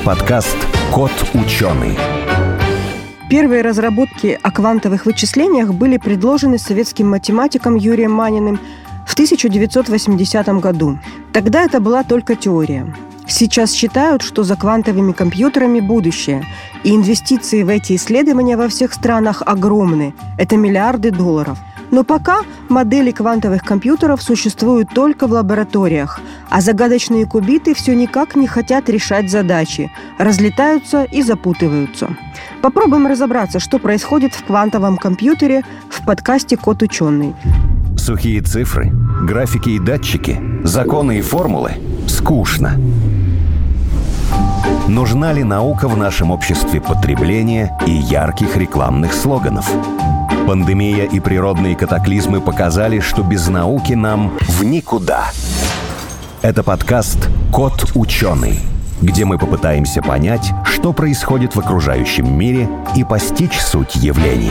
Подкаст «Кот ученый». Первые разработки о квантовых вычислениях были предложены советским математиком Юрием Маниным в 1980 году. Тогда это была только теория. Сейчас считают, что за квантовыми компьютерами будущее, и инвестиции в эти исследования во всех странах огромны. Это миллиарды долларов. Но пока модели квантовых компьютеров существуют только в лабораториях, а загадочные кубиты все никак не хотят решать задачи, разлетаются и запутываются. Попробуем разобраться, что происходит в квантовом компьютере в подкасте «Кот ученый». Сухие цифры, графики и датчики, законы и формулы – скучно. Нужна ли наука в нашем обществе потребления и ярких рекламных слоганов? Пандемия и природные катаклизмы показали, что без науки нам в никуда. Это подкаст «Кот ученый», где мы попытаемся понять, что происходит в окружающем мире и постичь суть явлений.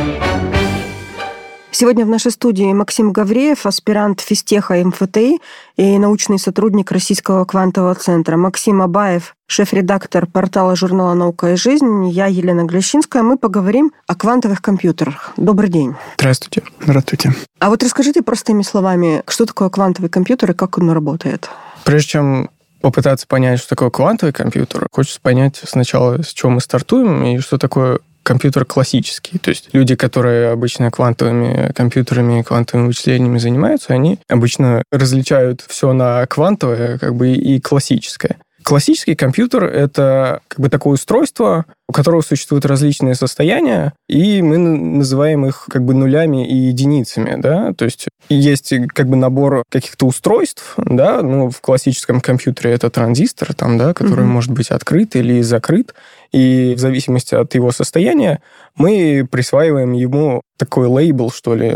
Сегодня в нашей студии Максим Гавреев, аспирант физтеха МФТИ и научный сотрудник Российского квантового центра. Максим Абаев, шеф-редактор портала журнала «Наука и жизнь». Я Елена Глещинская. Мы поговорим о квантовых компьютерах. Добрый день. Здравствуйте. Здравствуйте. А вот расскажите простыми словами, что такое квантовый компьютер и как он работает? Прежде чем попытаться понять, что такое квантовый компьютер, хочется понять сначала, с чего мы стартуем и что такое компьютер классический. То есть люди, которые обычно квантовыми компьютерами, квантовыми вычислениями занимаются, они обычно различают все на квантовое и классическое. Классический компьютер — это такое устройство, у которого существуют различные состояния, и мы называем их нулями и единицами, да, то есть есть набор каких-то устройств, да, в классическом компьютере это транзистор, который может быть открыт или закрыт, и в зависимости от его состояния мы присваиваем ему такой лейбл,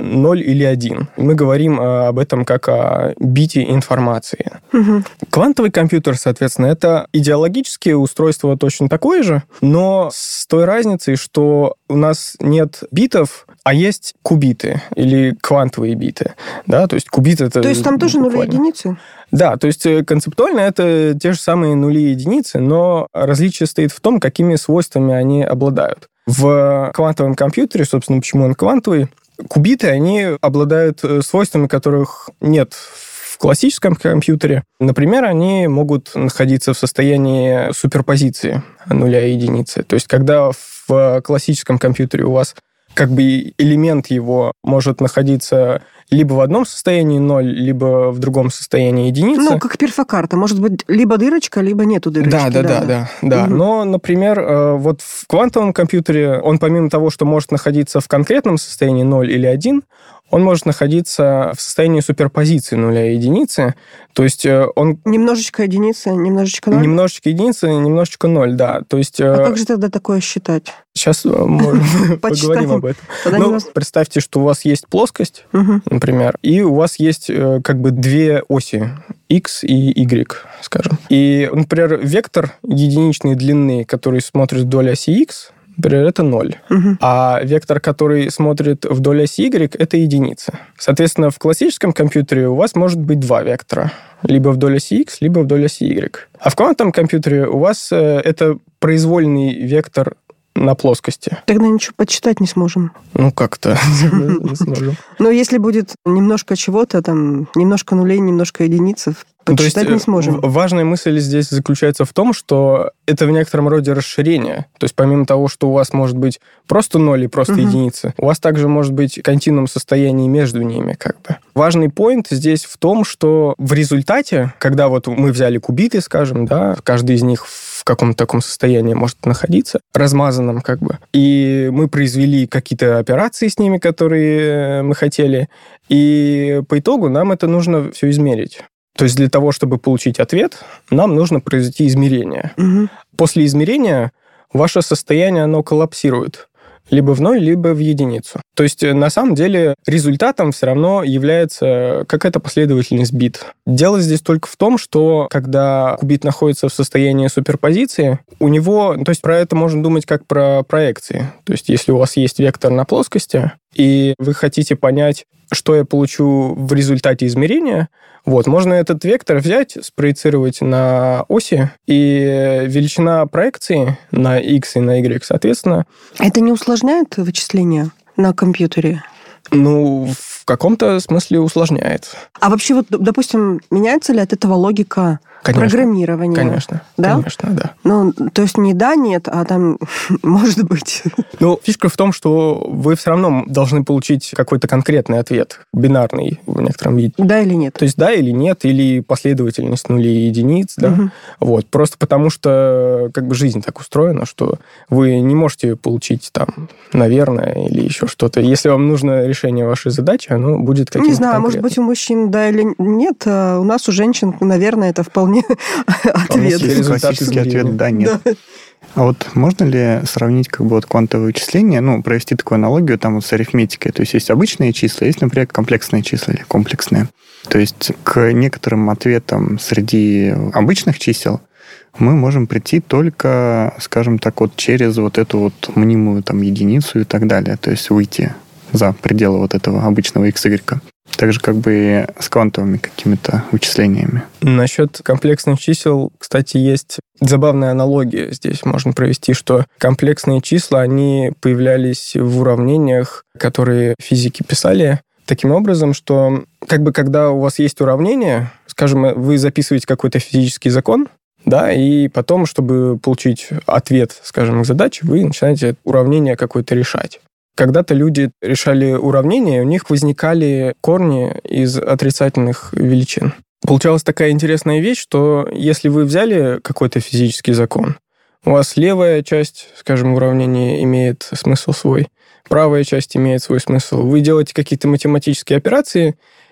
0 или 1. Мы говорим об этом как о бите информации. Квантовый компьютер, соответственно, это идеологическое устройство точно такое же, но с той разницей, что у нас нет битов, а есть кубиты или квантовые биты. Да? То есть кубит это... То есть там тоже нули и единицы? Да, то есть концептуально это те же самые нули и единицы, но различие стоит в том, какими свойствами они обладают. В квантовом компьютере, собственно, почему он квантовый, кубиты, они обладают свойствами, которых нет в классическом компьютере. Например, они могут находиться в состоянии суперпозиции нуля и единицы. То есть когда в классическом компьютере у вас элемент его может находиться либо в одном состоянии 0, либо в другом состоянии единица. Как перфокарта. Может быть, либо дырочка, либо нету дырочки. Да. Но, например, вот в квантовом компьютере он помимо того, что может находиться в конкретном состоянии 0 или 1, он может находиться в состоянии суперпозиции нуля и единицы. То есть он... Немножечко единица, немножечко 0? Немножечко единица, немножечко 0, да. То есть... А как же тогда такое считать? Сейчас поговорим об этом. Представьте, что у вас есть плоскость, например, и у вас есть две оси, x и y, скажем. И, например, вектор единичной длины, который смотрит вдоль оси x, например, это 0. А вектор, который смотрит вдоль оси y, это единица. Соответственно, в классическом компьютере у вас может быть два вектора. Либо вдоль оси x, либо вдоль оси y. А в квантовом компьютере у вас это произвольный вектор на плоскости. Тогда ничего подсчитать не сможем. Как-то не сможем. Но если будет немножко чего-то, немножко нулей, немножко единиц, подсчитать не сможем. Важная мысль здесь заключается в том, что это в некотором роде расширение. То есть помимо того, что у вас может быть просто 0 и просто единица, у вас также может быть континуум состояний между ними. Важный поинт здесь в том, что в результате, когда мы взяли кубиты, скажем, да, каждый из них в каком-то таком состоянии может находиться, размазанном и мы произвели какие-то операции с ними, которые мы хотели, и по итогу нам это нужно все измерить. То есть для того, чтобы получить ответ, нам нужно произвести измерение. После измерения ваше состояние, оно коллапсирует. Либо в 0, либо в единицу. То есть, на самом деле, результатом все равно является какая-то последовательность бит. Дело здесь только в том, что когда кубит находится в состоянии суперпозиции, у него... То есть, про это можно думать как про проекции. То есть, если у вас есть вектор на плоскости, и вы хотите понять, что я получу в результате измерения, можно этот вектор взять, спроецировать на оси, и величина проекции на x и на y, соответственно... Это не усложняет вычисления на компьютере? В каком-то смысле усложняет. А вообще, допустим, меняется ли от этого логика программирования? Конечно. Да? Конечно, да. То есть не да, нет, а там может быть. Фишка в том, что вы все равно должны получить какой-то конкретный ответ, бинарный в некотором виде. Да или нет? То есть да или нет, или последовательность нулей и единиц, да. Угу. Просто потому что жизнь так устроена, что вы не можете получить там, наверное, или еще что-то. Если вам нужно решение вашей задачи, оно будет каким-то Не знаю, конкретным. Может быть, у мужчин да или нет, а у нас у женщин, наверное, это вполне ответ. Классический ответ «да», «нет». Да. А можно ли сравнить квантовые вычисления, провести такую аналогию с арифметикой? То есть есть обычные числа, есть, например, комплексные числа или комплексные. То есть к некоторым ответам среди обычных чисел мы можем прийти только, скажем так, через эту мнимую единицу и так далее. То есть выйти за пределы этого обычного x, y. Так же, и с квантовыми какими-то вычислениями. Насчет комплексных чисел, кстати, есть забавная аналогия здесь можно провести, что комплексные числа, они появлялись в уравнениях, которые физики писали, таким образом, что когда у вас есть уравнение, скажем, вы записываете какой-то физический закон, да, и потом, чтобы получить ответ, скажем, к задаче, вы начинаете уравнение какое-то решать. Когда-то люди решали уравнения, у них возникали корни из отрицательных величин. Получалась такая интересная вещь, что если вы взяли какой-то физический закон, у вас левая часть, скажем, уравнения имеет смысл свой, правая часть имеет свой смысл. Вы делаете какие-то математические операции,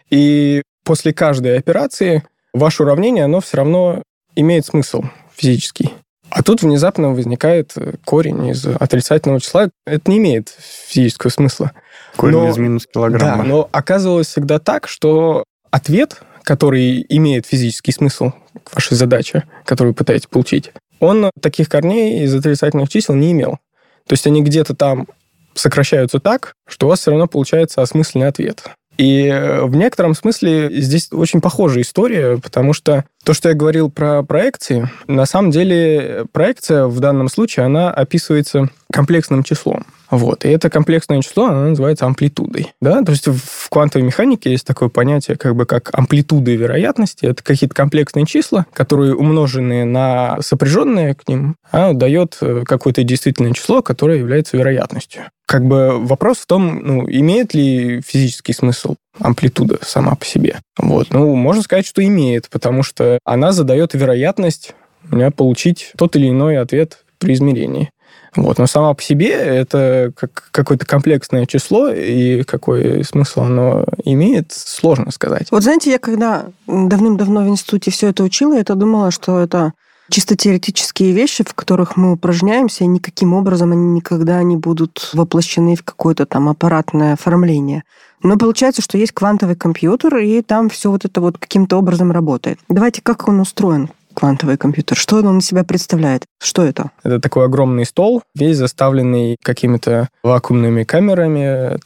и после каждой операции ваше уравнение, оно все равно имеет смысл физический. А тут внезапно возникает корень из отрицательного числа. Это не имеет физического смысла. Корень из минус килограмма. Да, но оказывалось всегда так, что ответ, который имеет физический смысл к вашей задаче, которую вы пытаетесь получить, он таких корней из отрицательных чисел не имел. То есть они где-то там сокращаются так, что у вас все равно получается осмысленный ответ. И в некотором смысле здесь очень похожая история, потому что то, что я говорил про проекции, на самом деле проекция в данном случае, она описывается комплексным числом. И это комплексное число, оно называется амплитудой. Да? То есть в квантовой механике есть такое понятие, как амплитуды вероятности. Это какие-то комплексные числа, которые умноженные на сопряженные к ним, дает какое-то действительное число, которое является вероятностью. Вопрос в том, имеет ли физический смысл амплитуда сама по себе. Можно сказать, что имеет, потому что она задает вероятность получить тот или иной ответ при измерении. Но сама по себе это какое-то комплексное число, и какой смысл оно имеет, сложно сказать. Знаете, я когда давным-давно в институте все это учила, я думала, что это чисто теоретические вещи, в которых мы упражняемся, и никаким образом они никогда не будут воплощены в какое-то аппаратное оформление. Но получается, что есть квантовый компьютер, и там все это каким-то образом работает. Давайте, как он устроен, квантовый компьютер? Что он из себя представляет? Что это? Это такой огромный стол, весь заставленный какими-то вакуумными камерами,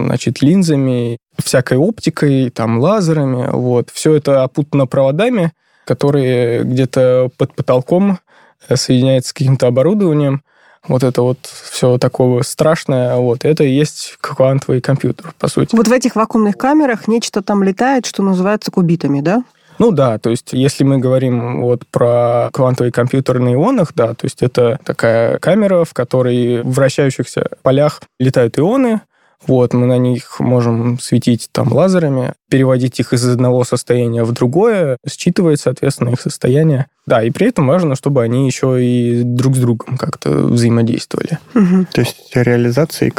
линзами, всякой оптикой, лазерами. Все это опутано проводами, которые где-то под потолком соединяются с каким-то оборудованием. Это все такое страшное. Это и есть квантовый компьютер, по сути. В этих вакуумных камерах нечто там летает, что называется кубитами, да? Да, то есть если мы говорим про квантовый компьютер на ионах, да, то есть это такая камера, в которой в вращающихся полях летают ионы, мы на них можем светить лазерами, переводить их из одного состояния в другое, считывать, соответственно, их состояние. Да, и при этом важно, чтобы они еще и друг с другом как-то взаимодействовали. Угу. То есть реализацией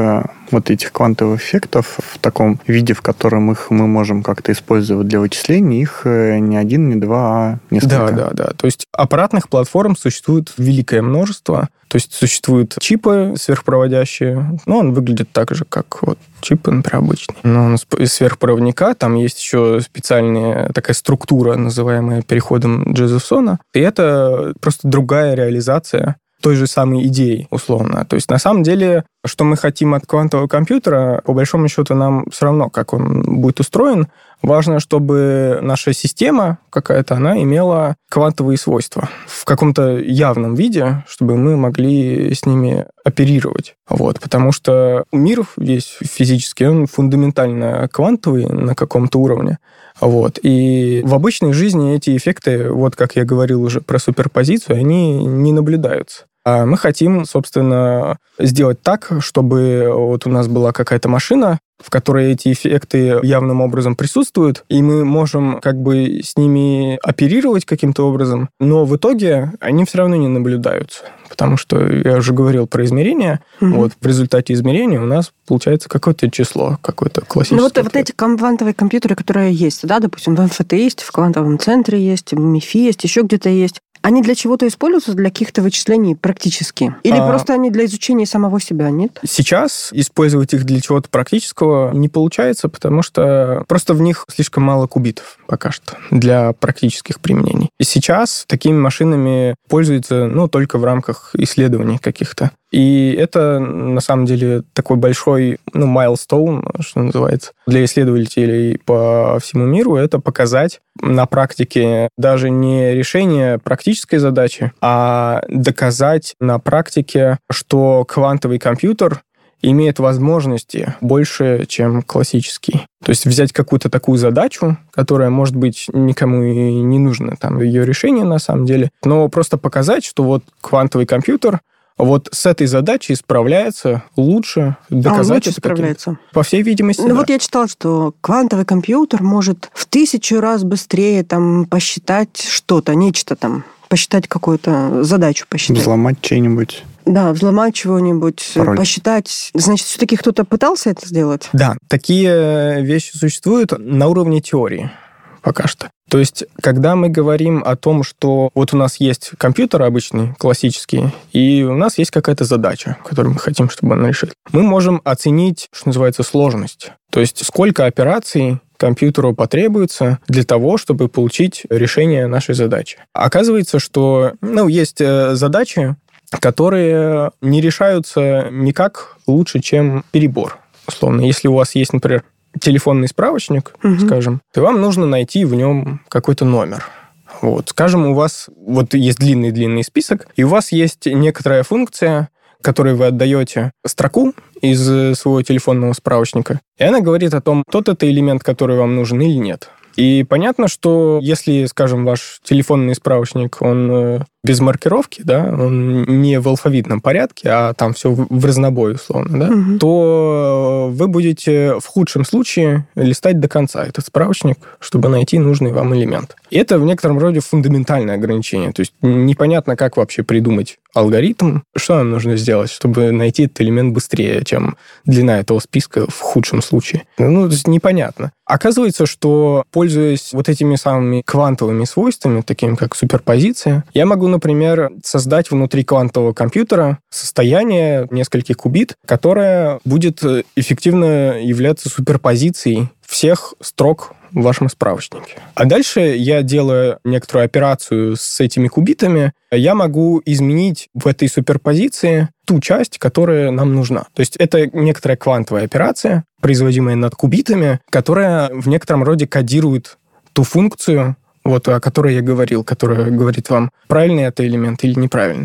этих квантовых эффектов в таком виде, в котором их мы можем как-то использовать для вычислений, их не один, не два, а несколько. Да. То есть аппаратных платформ существует великое множество. То есть существуют чипы сверхпроводящие. Он выглядит так же, как чипы, например, обычные. Но из сверхпроводника там есть еще специальная такая структура, называемая переходом Джозефсона. И это просто другая реализация той же самой идеей, условно. То есть, на самом деле, что мы хотим от квантового компьютера, по большому счету, нам все равно, как он будет устроен. Важно, чтобы наша система какая-то, она имела квантовые свойства в каком-то явном виде, чтобы мы могли с ними оперировать. Вот. Потому что мир весь физический, он фундаментально квантовый на каком-то уровне. Вот. И в обычной жизни эти эффекты, вот как я говорил уже про суперпозицию, они не наблюдаются. А мы хотим, собственно, сделать так, чтобы вот у нас была какая-то машина, в которой эти эффекты явным образом присутствуют, и мы можем как бы с ними оперировать каким-то образом, но в итоге они все равно не наблюдаются. Потому что я уже говорил про измерения. Вот в результате измерения у нас получается какое-то число, какое-то классическое. Ну вот эти квантовые компьютеры, которые есть, да, допустим, в МФТ есть, в квантовом центре есть, в МИФИ есть, еще где-то есть. Они для чего-то используются, для каких-то вычислений практически? Или просто они для изучения самого себя, нет? Сейчас использовать их для чего-то практического не получается, потому что просто в них слишком мало кубитов пока что для практических применений. И сейчас такими машинами пользуются, только в рамках исследований каких-то. И это, на самом деле, такой большой, майлстоун, что называется, для исследователей по всему миру. Это показать на практике даже не решение практической задачи, а доказать на практике, что квантовый компьютер имеет возможности больше, чем классический. То есть взять какую-то такую задачу, которая, может быть, никому и не нужна, там, ее решение на самом деле, но просто показать, что вот квантовый компьютер вот с этой задачей справляется лучше, доказать это справляется. По всей видимости, да. Вот я читала, что квантовый компьютер может в 1000 раз быстрее посчитать что-то, нечто посчитать какую-то задачу, посчитать. Взломать чей-нибудь. Да, взломать чего-нибудь, пароль. Посчитать. Значит, все-таки кто-то пытался это сделать? Да, такие вещи существуют на уровне теории пока что. То есть, когда мы говорим о том, что вот у нас есть компьютер обычный, классический, и у нас есть какая-то задача, которую мы хотим, чтобы она решила, мы можем оценить, что называется, сложность. То есть, сколько операций компьютеру потребуется для того, чтобы получить решение нашей задачи. Оказывается, что есть задачи, которые не решаются никак лучше, чем перебор. Условно, если у вас есть, например, телефонный справочник, скажем, то вам нужно найти в нем какой-то номер. Вот, скажем, у вас есть длинный-длинный список, и у вас есть некоторая функция, которой вы отдаете строку из своего телефонного справочника, и она говорит о том, тот это элемент, который вам нужен или нет. И понятно, что если, скажем, ваш телефонный справочник, он без маркировки, да, он не в алфавитном порядке, а там все в разнобой, условно, да, то вы будете в худшем случае листать до конца этот справочник, чтобы найти нужный вам элемент. И это в некотором роде фундаментальное ограничение. То есть непонятно, как вообще придумать алгоритм, что нам нужно сделать, чтобы найти этот элемент быстрее, чем длина этого списка в худшем случае. То есть непонятно. Оказывается, что, пользуясь вот этими самыми квантовыми свойствами, такими как суперпозиция, я могу, например, создать внутри квантового компьютера состояние нескольких кубит, которое будет эффективно являться суперпозицией всех строк в вашем справочнике. А дальше я делаю некоторую операцию с этими кубитами. Я могу изменить в этой суперпозиции ту часть, которая нам нужна. То есть это некоторая квантовая операция, производимая над кубитами, которая в некотором роде кодирует ту функцию, о которой я говорил, которая говорит вам, правильный это элемент или неправильный.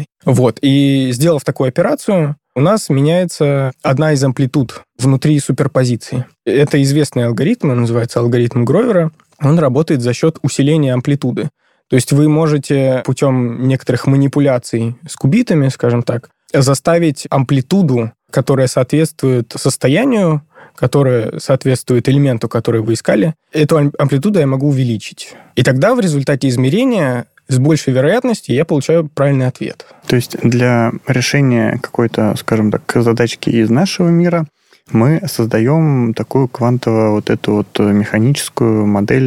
И сделав такую операцию, у нас меняется одна из амплитуд внутри суперпозиции. Это известный алгоритм, он называется алгоритм Гровера. Он работает за счет усиления амплитуды. То есть вы можете путем некоторых манипуляций с кубитами, скажем так, заставить амплитуду, которая соответствует состоянию, которая соответствует элементу, который вы искали, эту амплитуду я могу увеличить. И тогда в результате измерения с большей вероятностью я получаю правильный ответ. То есть для решения какой-то, скажем так, задачки из нашего мира мы создаем такую квантовую эту механическую модель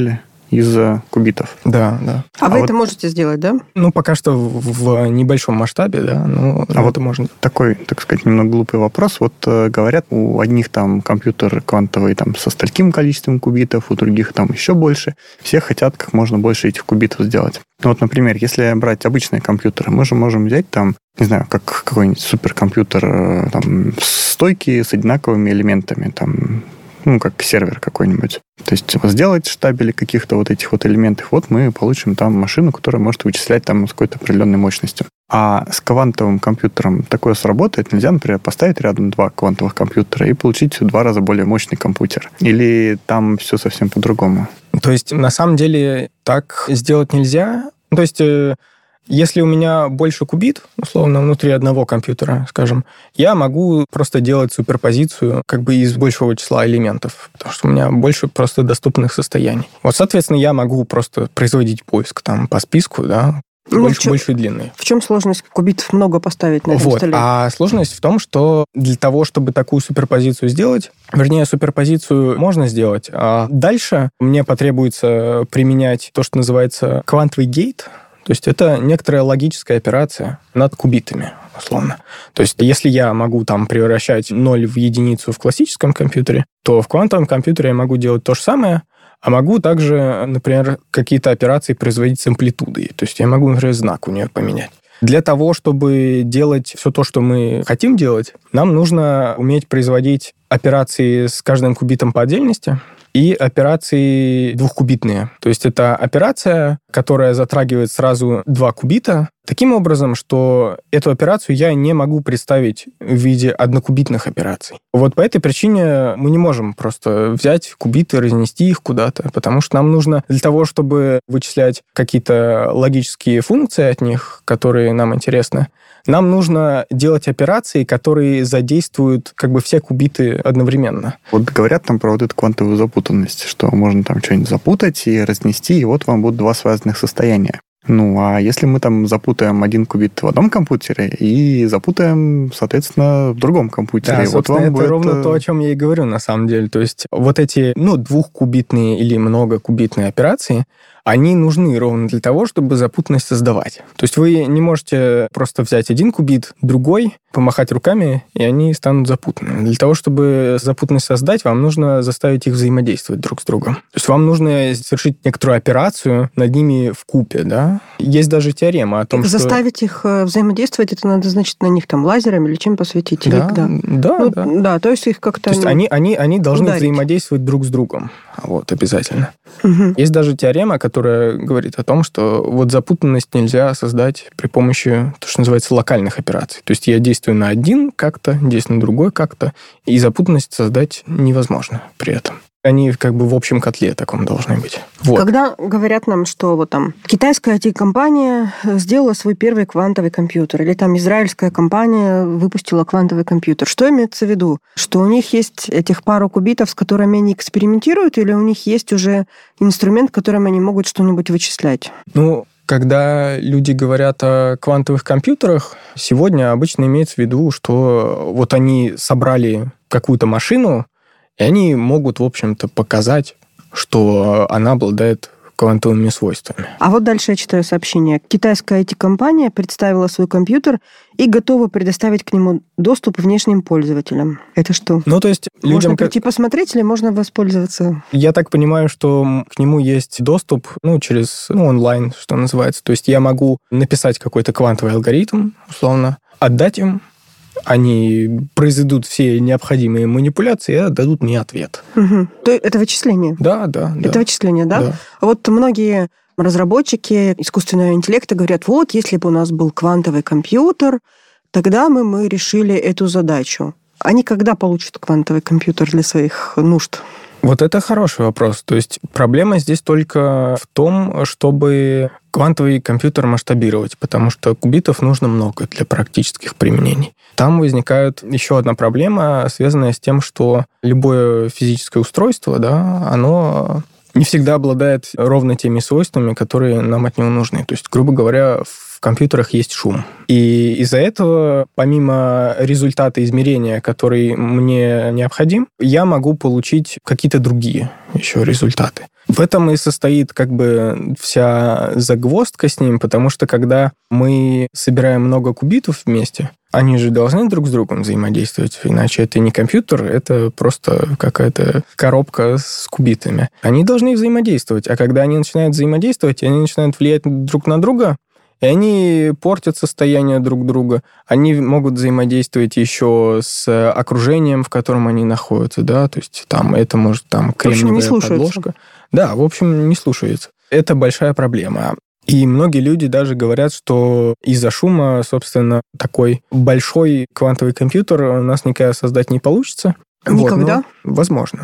из кубитов. Да. А вы это можете сделать, да? Ну, пока что в небольшом масштабе, да, но вот это можно. Такой, так сказать, немного глупый вопрос. Вот говорят, у одних там компьютер квантовый там со стольким количеством кубитов, у других там еще больше. Все хотят как можно больше этих кубитов сделать. Ну, вот, например, если брать обычные компьютеры, мы же можем взять там, не знаю, как какой-нибудь суперкомпьютер, там, стойки с одинаковыми элементами, там, ну, как сервер какой-нибудь. То есть сделать штабели каких-то вот этих вот элементов, вот мы получим там машину, которая может вычислять там с какой-то определенной мощностью. А с квантовым компьютером такое сработает? Нельзя, например, поставить рядом два квантовых компьютера и получить в 2 раза более мощный компьютер? Или там все совсем по-другому? То есть, на самом деле, так сделать нельзя. То есть, если у меня больше кубит, условно, внутри одного компьютера, скажем, я могу просто делать суперпозицию как бы из большего числа элементов, потому что у меня больше просто доступных состояний. Вот, соответственно, я могу просто производить поиск там по списку, да, больше длины. В чем сложность кубитов много поставить на этом столе? А сложность в том, что для того, чтобы такую суперпозицию сделать, вернее, суперпозицию можно сделать, а дальше мне потребуется применять то, что называется квантовый гейт. То есть это некоторая логическая операция над кубитами, условно. То есть если я могу там превращать 0 в единицу в классическом компьютере, то в квантовом компьютере я могу делать то же самое, а могу также, например, какие-то операции производить с амплитудой. То есть я могу, например, знак у нее поменять. Для того, чтобы делать все то, что мы хотим делать, нам нужно уметь производить операции с каждым кубитом по отдельности и операции двухкубитные. То есть это операция, которая затрагивает сразу 2 кубита, таким образом, что эту операцию я не могу представить в виде однокубитных операций. Вот по этой причине мы не можем просто взять кубиты, разнести их куда-то, потому что нам нужно для того, чтобы вычислять какие-то логические функции от них, которые нам интересны, нам нужно делать операции, которые задействуют как бы все кубиты одновременно. Вот говорят там про вот эту квантовую запутанность, что можно там что-нибудь запутать и разнести, и вот вам будут 2 связанных состояния. Ну, а если мы там запутаем один кубит в одном компьютере и запутаем, соответственно, в другом компьютере. Да, вот вам это будет... ровно то, о чем я и говорю, на самом деле. То есть вот эти, 2-кубитные или многокубитные операции, они нужны ровно для того, чтобы запутанность создавать. То есть вы не можете просто взять один кубит, другой, помахать руками, и они станут запутанными. Для того, чтобы запутанность создать, вам нужно заставить их взаимодействовать друг с другом. То есть вам нужно совершить некоторую операцию над ними вкупе, да? Есть даже теорема о том, что... Заставить их взаимодействовать, это надо, значит, на них там лазером или чем посветить? Да. То есть их как-то... То есть они должны ударить. Взаимодействовать друг с другом. Вот, обязательно. Угу. Есть даже теорема, которая говорит о том, что вот запутанность нельзя создать при помощи, то, что называется, локальных операций. То есть я действую на один как-то, действую на другой как-то, и запутанность создать невозможно при этом. Они как бы в общем котле таком должны быть. Вот. Когда говорят нам, что вот там китайская IT-компания сделала свой первый квантовый компьютер, или там израильская компания выпустила квантовый компьютер, что имеется в виду? Что у них есть этих пару кубитов, с которыми они экспериментируют, или у них есть уже инструмент, которым они могут что-нибудь вычислять? Когда люди говорят о квантовых компьютерах, сегодня обычно имеется в виду, что вот они собрали какую-то машину, и они могут, в общем-то, показать, что она обладает квантовыми свойствами. А вот дальше я читаю сообщение. Китайская IT-компания представила свой компьютер и готова предоставить к нему доступ внешним пользователям. Это что? То есть можно прийти посмотреть или можно воспользоваться? Я так понимаю, что к нему есть доступ через онлайн, что называется. То есть я могу написать какой-то квантовый алгоритм, условно, отдать им, они произведут все необходимые манипуляции и отдадут мне ответ. Угу. То это вычисление? Да. Это вычисление, да? Да. Вот многие разработчики искусственного интеллекта говорят, вот, если бы у нас был квантовый компьютер, тогда мы решили эту задачу. Они когда получат квантовый компьютер для своих нужд? Вот это хороший вопрос. То есть проблема здесь только в том, чтобы квантовый компьютер масштабировать, потому что кубитов нужно много для практических применений. Там возникает еще одна проблема, связанная с тем, что любое физическое устройство, оно не всегда обладает ровно теми свойствами, которые нам от него нужны. То есть, грубо говоря, в компьютерах есть шум. И из-за этого, помимо результата измерения, который мне необходим, я могу получить какие-то другие еще результаты. В этом и состоит как бы вся загвоздка с ним, потому что когда мы собираем много кубитов вместе, они же должны друг с другом взаимодействовать, иначе это не компьютер, это просто какая-то коробка с кубитами. Они должны взаимодействовать, а когда они начинают взаимодействовать, они начинают влиять друг на друга, и они портят состояние друг друга. Они могут взаимодействовать еще с окружением, в котором они находятся, да, то есть там это может там кремниевая подложка. Да, в общем, не слушается. Это большая проблема. И многие люди даже говорят, что из-за шума, собственно, такой большой квантовый компьютер у нас никогда создать не получится. Никогда? Возможно.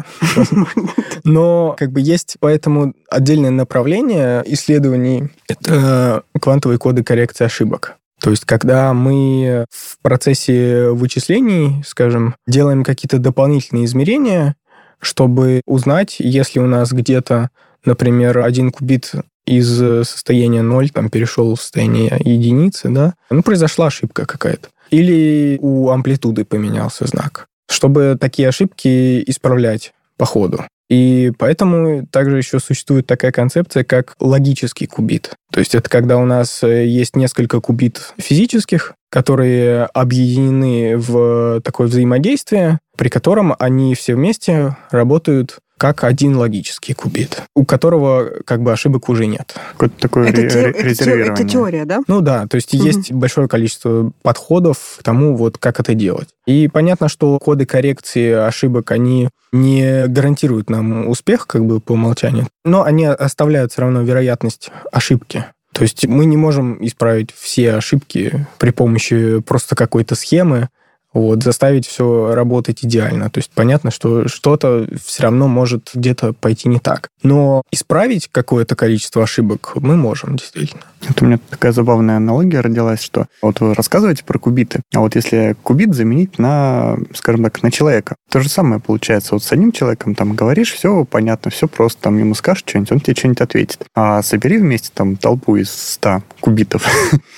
Но как бы есть поэтому отдельное направление исследований. Это квантовые коды коррекции ошибок. То есть, когда мы в процессе вычислений, скажем, делаем какие-то дополнительные измерения, чтобы узнать, если у нас где-то, например, один кубит из состояния 0 там, перешел в состояние единицы, да, произошла ошибка какая-то. Или у амплитуды поменялся знак. Чтобы такие ошибки исправлять по ходу. И поэтому также еще существует такая концепция, как логический кубит. То есть это когда у нас есть несколько кубит физических, которые объединены в такое взаимодействие, при котором они все вместе работают как один логический кубит, у которого как бы ошибок уже нет. Какое-то такое резервирование. Это теория, да? Ну да, то есть есть большое количество подходов к тому, вот как это делать. И понятно, что коды коррекции ошибок, они не гарантируют нам успех как бы по умолчанию, но они оставляют все равно вероятность ошибки. То есть мы не можем исправить все ошибки при помощи просто какой-то схемы, заставить все работать идеально. То есть понятно, что что-то все равно может где-то пойти не так. Но исправить какое-то количество ошибок мы можем, действительно. Это у меня такая забавная аналогия родилась, что вот вы рассказываете про кубиты, а вот если кубит заменить на, скажем так, на человека, то же самое получается. Вот с одним человеком там говоришь, все понятно, все просто, там ему скажешь что-нибудь, он тебе что-нибудь ответит. А собери вместе там толпу из 100 кубитов,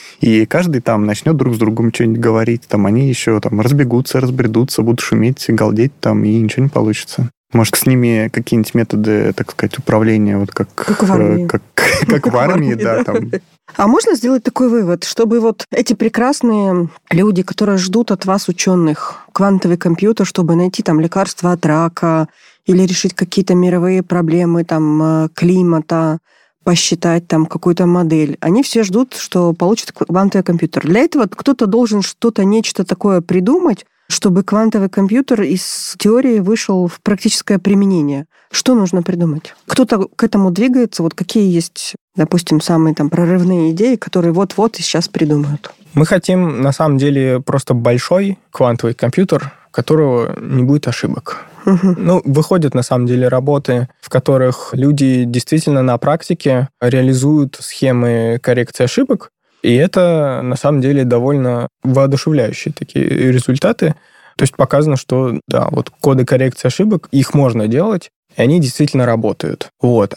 и каждый там начнет друг с другом что-нибудь говорить, там они еще там разбегутся, разбредутся, будут шуметь, галдеть там, и ничего не получится. Может, с ними какие-нибудь методы, так сказать, управления, вот как в армии. Как в армии, да. Там. А можно сделать такой вывод, чтобы вот эти прекрасные люди, которые ждут от вас, ученых, квантовый компьютер, чтобы найти там лекарства от рака или решить какие-то мировые проблемы там климата, посчитать там какую-то модель. Они все ждут, что получат квантовый компьютер. Для этого кто-то должен нечто такое придумать, чтобы квантовый компьютер из теории вышел в практическое применение. Что нужно придумать? Кто-то к этому двигается? Вот какие есть, допустим, самые там прорывные идеи, которые вот-вот и сейчас придумают? Мы хотим, на самом деле, просто большой квантовый компьютер, у которого не будет ошибок. Выходят, на самом деле, работы, в которых люди действительно на практике реализуют схемы коррекции ошибок, и это, на самом деле, довольно воодушевляющие такие результаты. То есть показано, что, да, вот коды коррекции ошибок, их можно делать, и они действительно работают.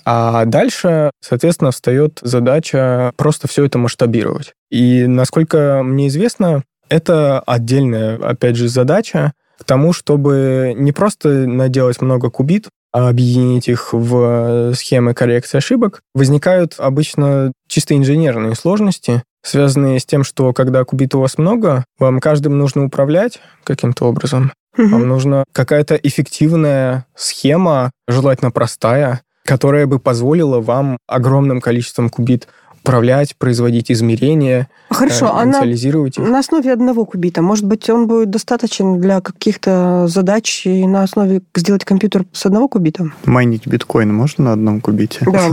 А дальше, соответственно, встает задача просто все это масштабировать. И, насколько мне известно, это отдельная, опять же, задача к тому, чтобы не просто наделать много кубит, а объединить их в схемы коррекции ошибок. Возникают обычно чисто инженерные сложности, связанные с тем, что когда кубит у вас много, вам каждым нужно управлять каким-то образом. Вам нужна какая-то эффективная схема, желательно простая, которая бы позволила вам огромным количеством кубит управлять, производить измерения, инициализировать их. На основе одного кубита. Может быть, он будет достаточен для каких-то задач и на основе сделать компьютер с одного кубита? Майнить биткоин можно на одном кубите? Да.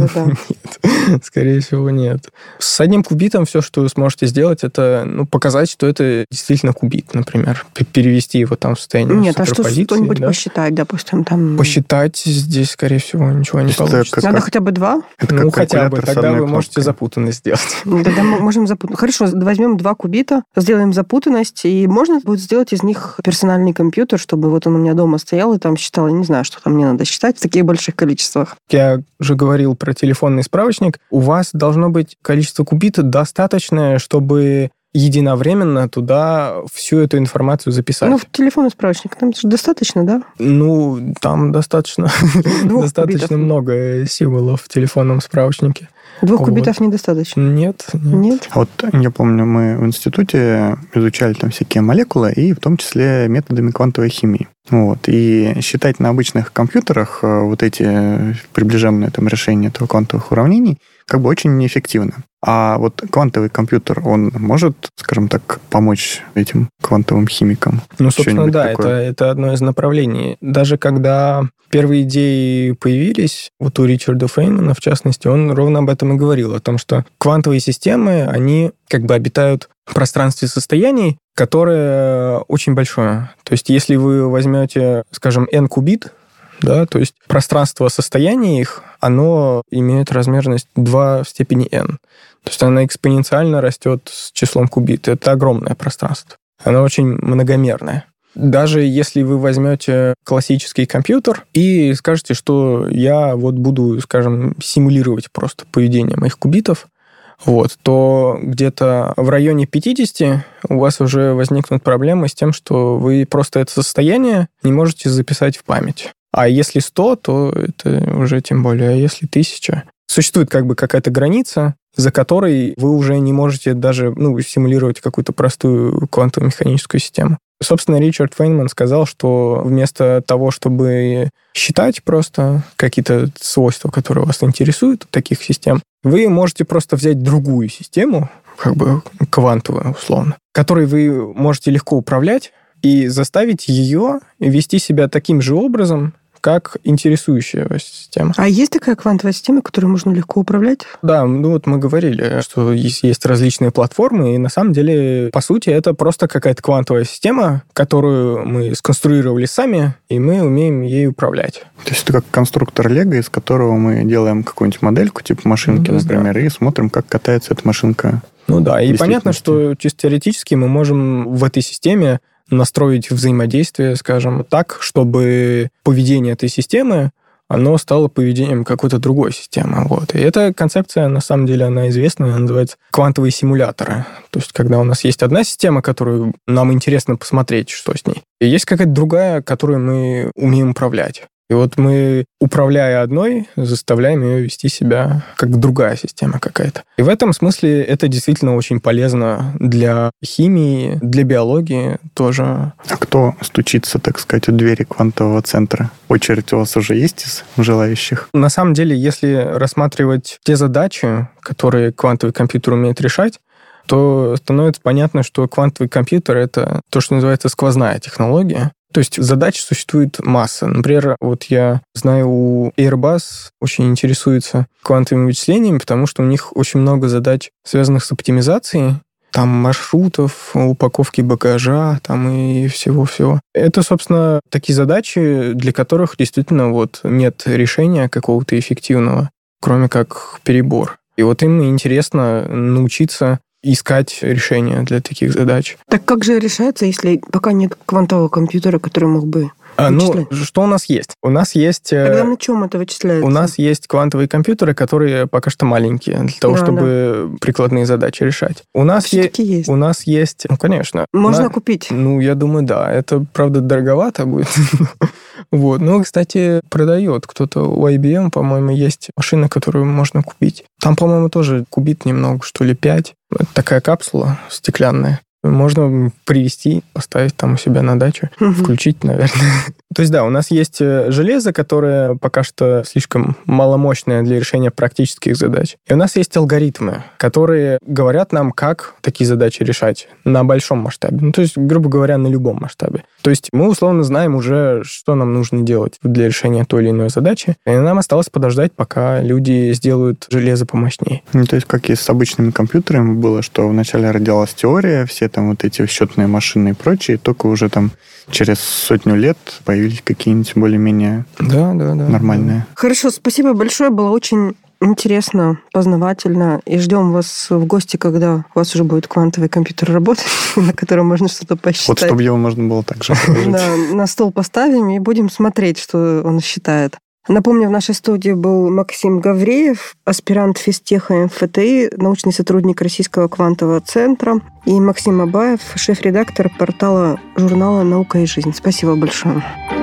Нет, скорее всего, нет. С одним кубитом все, что вы сможете сделать, это показать, что это действительно кубит, например. Перевести его там в состояние суперпозиции. Нет, что-нибудь посчитать, допустим, там... Посчитать здесь, скорее всего, ничего не получится. Надо хотя бы 2? Хотя бы. Тогда вы можете запутанность сделать. Тогда мы можем запутать. Хорошо, возьмем 2 кубита, сделаем запутанность, и можно будет сделать из них персональный компьютер, чтобы вот он у меня дома стоял и там считал, я не знаю, что там мне надо считать в таких больших количествах. Я уже говорил про телефонный справочник. У вас должно быть количество кубитов достаточное, чтобы единовременно туда всю эту информацию записать. Ну, в телефонный справочник там же достаточно, да? Ну, там достаточно много символов в телефонном справочнике. 2 кубитов недостаточно? Нет. Вот я помню, мы в институте изучали там всякие молекулы, и в том числе методами квантовой химии. Вот. И считать на обычных компьютерах вот эти приближенные там решения этого квантовых уравнений как бы очень неэффективно. А вот квантовый компьютер, он может, скажем так, помочь этим квантовым химикам? Ну, собственно, да, это одно из направлений. Даже когда первые идеи появились, вот у Ричарда Фейнмана, в частности, он ровно об этом и говорил, о том, что квантовые системы, они как бы обитают в пространстве состояний, которое очень большое. То есть, если вы возьмете, скажем, n-кубит, да, то есть пространство состояний их, оно имеет размерность 2 в степени n. То есть она экспоненциально растет с числом кубит. Это огромное пространство. Оно очень многомерное. Даже если вы возьмете классический компьютер и скажете, что я вот буду, скажем, симулировать просто поведение моих кубитов, вот, то где-то в районе 50 у вас уже возникнут проблемы с тем, что вы просто это состояние не можете записать в память. А если 100, то это уже тем более. А если 1000? Существует как бы какая-то граница, за которой вы уже не можете даже симулировать какую-то простую квантово-механическую систему. Собственно, Ричард Фейнман сказал, что вместо того, чтобы считать просто какие-то свойства, которые вас интересуют у таких систем, вы можете просто взять другую систему, как бы квантовую, условно, которой вы можете легко управлять и заставить ее вести себя таким же образом, как интересующая вас система. А есть такая квантовая система, которой можно легко управлять? Да, вот мы говорили, что есть различные платформы, и на самом деле, по сути, это просто какая-то квантовая система, которую мы сконструировали сами, и мы умеем ей управлять. То есть это как конструктор Лего, из которого мы делаем какую-нибудь модельку, типа машинки, например, и смотрим, как катается эта машинка. Ну да, и понятно, что чисто теоретически мы можем в этой системе настроить взаимодействие, скажем, так, чтобы поведение этой системы, оно стало поведением какой-то другой системы. Вот. И эта концепция, на самом деле, она известна, она называется квантовые симуляторы. То есть, когда у нас есть одна система, которую нам интересно посмотреть, что с ней, и есть какая-то другая, которую мы умеем управлять. И вот мы, управляя одной, заставляем ее вести себя как другая система какая-то. И в этом смысле это действительно очень полезно для химии, для биологии тоже. А кто стучится, так сказать, у двери квантового центра? Очередь у вас уже есть из желающих? На самом деле, если рассматривать те задачи, которые квантовый компьютер умеет решать, то становится понятно, что квантовый компьютер — это то, что называется сквозная технология. То есть задач существует масса. Например, вот я знаю, у Airbus очень интересуются квантовыми вычислениями, потому что у них очень много задач, связанных с оптимизацией, там маршрутов, упаковки багажа, там и всего-всего. Это, собственно, такие задачи, для которых действительно вот нет решения какого-то эффективного, кроме как перебор. И вот им интересно научиться искать решения для таких задач. Так как же решается, если пока нет квантового компьютера, который мог бы вычислять? Что у нас есть? У нас есть... Тогда на чем это вычисляется? У нас есть квантовые компьютеры, которые пока что маленькие, для того, чтобы прикладные задачи решать. У нас есть. У нас есть... Ну, конечно. Можно купить? Ну, я думаю, да. Это, правда, дороговато будет. Вот. Ну, кстати, продает кто-то у IBM, по-моему, есть машина, которую можно купить. Там, по-моему, тоже кубит немного, что ли, 5. Это такая капсула стеклянная. Можно привезти, поставить там у себя на дачу, включить, наверное. То есть, да, у нас есть железо, которое пока что слишком маломощное для решения практических задач. И у нас есть алгоритмы, которые говорят нам, как такие задачи решать на большом масштабе. Ну, то есть, грубо говоря, на любом масштабе. То есть мы условно знаем уже, что нам нужно делать для решения той или иной задачи. И нам осталось подождать, пока люди сделают железо помощнее. Ну, то есть, как и с обычными компьютерами было, что вначале родилась теория, все там вот эти счетные машины и прочее, только уже там через 100 лет появились какие-нибудь более-менее нормальные. Хорошо, спасибо большое, было очень интересно, познавательно, и ждем вас в гости, когда у вас уже будет квантовый компьютер работать, на котором можно что-то посчитать. Вот чтобы его можно было так же положить. Да, на стол поставим и будем смотреть, что он считает. Напомню, в нашей студии был Максим Гавреев, аспирант физтеха МФТИ, научный сотрудник Российского квантового центра, и Максим Абаев, шеф-редактор портала журнала «Наука и жизнь». Спасибо большое.